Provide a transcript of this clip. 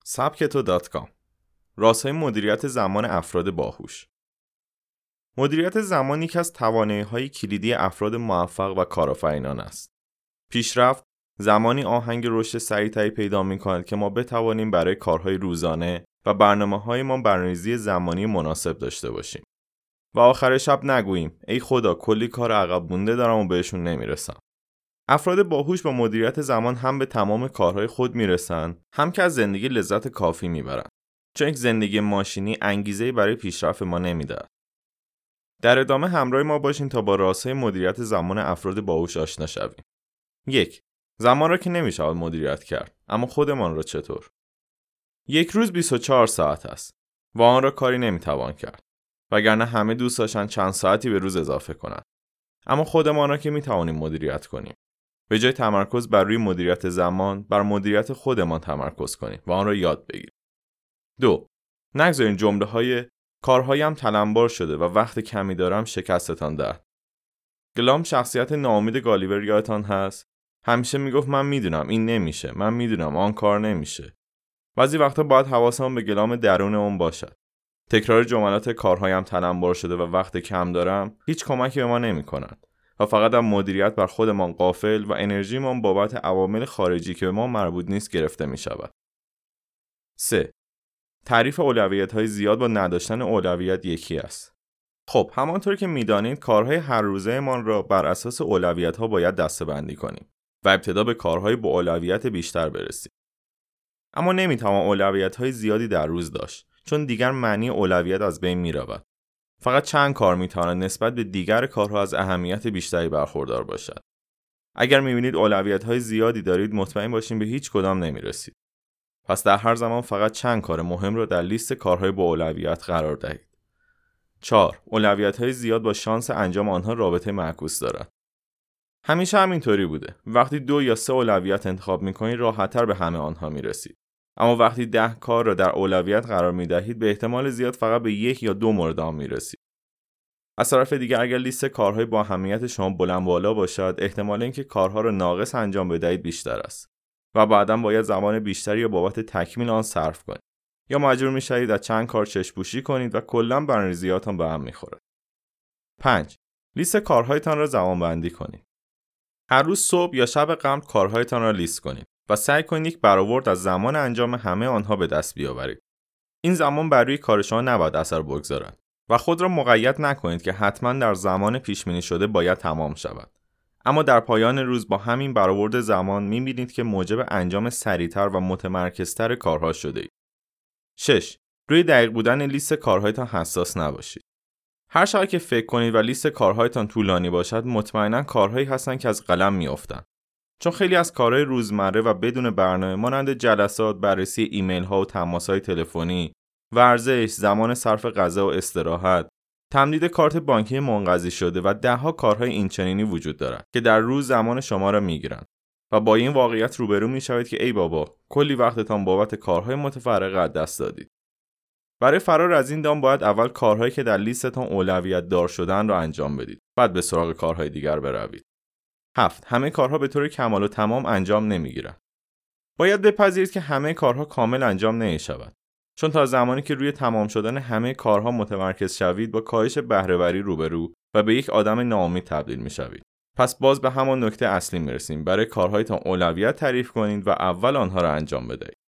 sabketo.com رازهای مدیریت زمان افراد باهوش. مدیریت زمان یکی از توانایی‌های کلیدی افراد موفق و کارآفرینان است. پیشرفت زمانی آهنگ رشد سریع‌تری پیدا می‌کند که ما بتوانیم برای کارهای روزانه و برنامه‌هایمان برنامه‌ریزی زمانی مناسب داشته باشیم. و آخر شب نگوییم ای خدا کلی کار عقب مونده دارم و بهشون نمیرسم. افراد باهوش با مدیریت زمان هم به تمام کارهای خود میرسن، هم که از زندگی لذت کافی میبرن. چون یک زندگی ماشینی انگیزه‌ای برای پیشرفت ما نمیده. در ادامه همراه ما باشین تا با رازهای مدیریت زمان افراد باهوش آشنا شویم. 1. زمان را که نمیشود مدیریت کرد، اما خودمان را چطور؟ یک روز 24 ساعت است و آن را کاری نمیتوان کرد. وگرنه همه دوست داشتن چند ساعتی به روز اضافه کنند. اما خودمان را که میتوانیم مدیریت کنیم. به جای تمرکز بر روی مدیریت زمان، بر مدیریت خودمان تمرکز کنیم و آن را یاد بگیریم. 2. نگذارین جمله‌های کارهایم تلمبار شده و وقت کمی دارم شکستتان دهد. گلام شخصیت ناامید گالیور یادتان هست؟ همیشه میگفت من میدونم این نمیشه، من میدونم آن کار نمیشه. بعضی وقتا باید حواسمون به گلام درون اون باشد. تکرار جملات کارهایم تلمبار شده و وقت کم دارم هیچ کمکی به ما نمی‌کند و فقط از مدیریت بر خودمان غافل و انرژیمان بابت عوامل خارجی که به ما مربوط نیست گرفته می‌شود. 3. تعریف اولویت‌های زیاد با نداشتن اولویت یکی است. خب همانطور که می‌دانید کارهای هر روزه‌مان را بر اساس اولویت‌ها باید دسته‌بندی کنیم و ابتدا به کارهای با اولویت بیشتر برسیم. اما نمی‌توان اولویت‌های زیادی در روز داشت چون دیگر معنی اولویت از بین می‌رود. فقط چند کار می‌تواند نسبت به دیگر کارها از اهمیت بیشتری برخوردار باشد. اگر می‌بینید اولویت‌های زیادی دارید مطمئن باشید به هیچ کدام نمی‌رسید. پس در هر زمان فقط چند کار مهم را در لیست کارهای با اولویت قرار دهید. 4. اولویت‌های زیاد با شانس انجام آنها رابطه معکوس دارد. همیشه همینطوری بوده. وقتی 2 یا 3 اولویت انتخاب می‌کنید راحت‌تر به همه آنها می‌رسید. اما وقتی 10 کار را در اولویت قرار می‌دهید به احتمال زیاد فقط به 1 یا 2 مورد آن می‌رسید. از طرف دیگر اگر لیست کارهای با اهمیت شما بلند بالا باشد احتمال اینکه کارها را ناقص انجام بدهید بیشتر است و بعداً باید زمان بیشتری بابت تکمیل آن صرف کنید یا مجبور می‌شوید از چند کار چشم‌پوشی کنید و کلاً برنامه‌ریزیاتان به هم می‌خورد. 5. لیست کارهایتان را زمانبندی کنید. هر روز صبح یا شب قبل کارهایتان را لیست کنید و سعی کنید یک برآورد از زمان انجام همه آنها به دست بیاورید. این زمان بر روی کار شما نباید اثر بگذارد و خود را مقید نکنید که حتما در زمان پیش بینی شده باید تمام شود. اما در پایان روز با همین برآورد زمان می‌بینید که موجب انجام سریعتر و متمرکزتر کارها شده اید. 6. روی دقیق بودن لیست کارهایتان حساس نباشید. هر شب که فکر کنید و لیست کارهایتان طولانی باشد مطمئنا کارهایی هستند که از قلم میافتند. چون خیلی از کارهای روزمره و بدون برنامه مانند جلسات، بررسی ایمیل ها و تماس های تلفنی، ورزش، زمان صرف غذا و استراحت، تمدید کارت بانکی منقضی شده و ده‌ها کارهای اینچنینی وجود دارد که در روز زمان شما را میگیرند و با این واقعیت روبرو میشوید که ای بابا کلی وقتتان بابت کارهای متفرقه از دست دادید. برای فرار از این دام باید اول کارهایی که در لیستتان اولویت دار شدن را انجام بدید، بعد به سراغ کارهای دیگر بروید. 7. همه کارها به طور کمال و تمام انجام نمیگیرند. باید بپذیرید که همه کارها کامل انجام نمیشود. چون تا زمانی که روی تمام شدن همه کارها متمرکز شوید با کاهش بهره‌وری روبرو و به یک آدم ناامید تبدیل میشوید. پس باز به همان نکته اصلی میرسیم. برای کارهایتان اولویت تعریف کنید و اول آنها را انجام بدهید.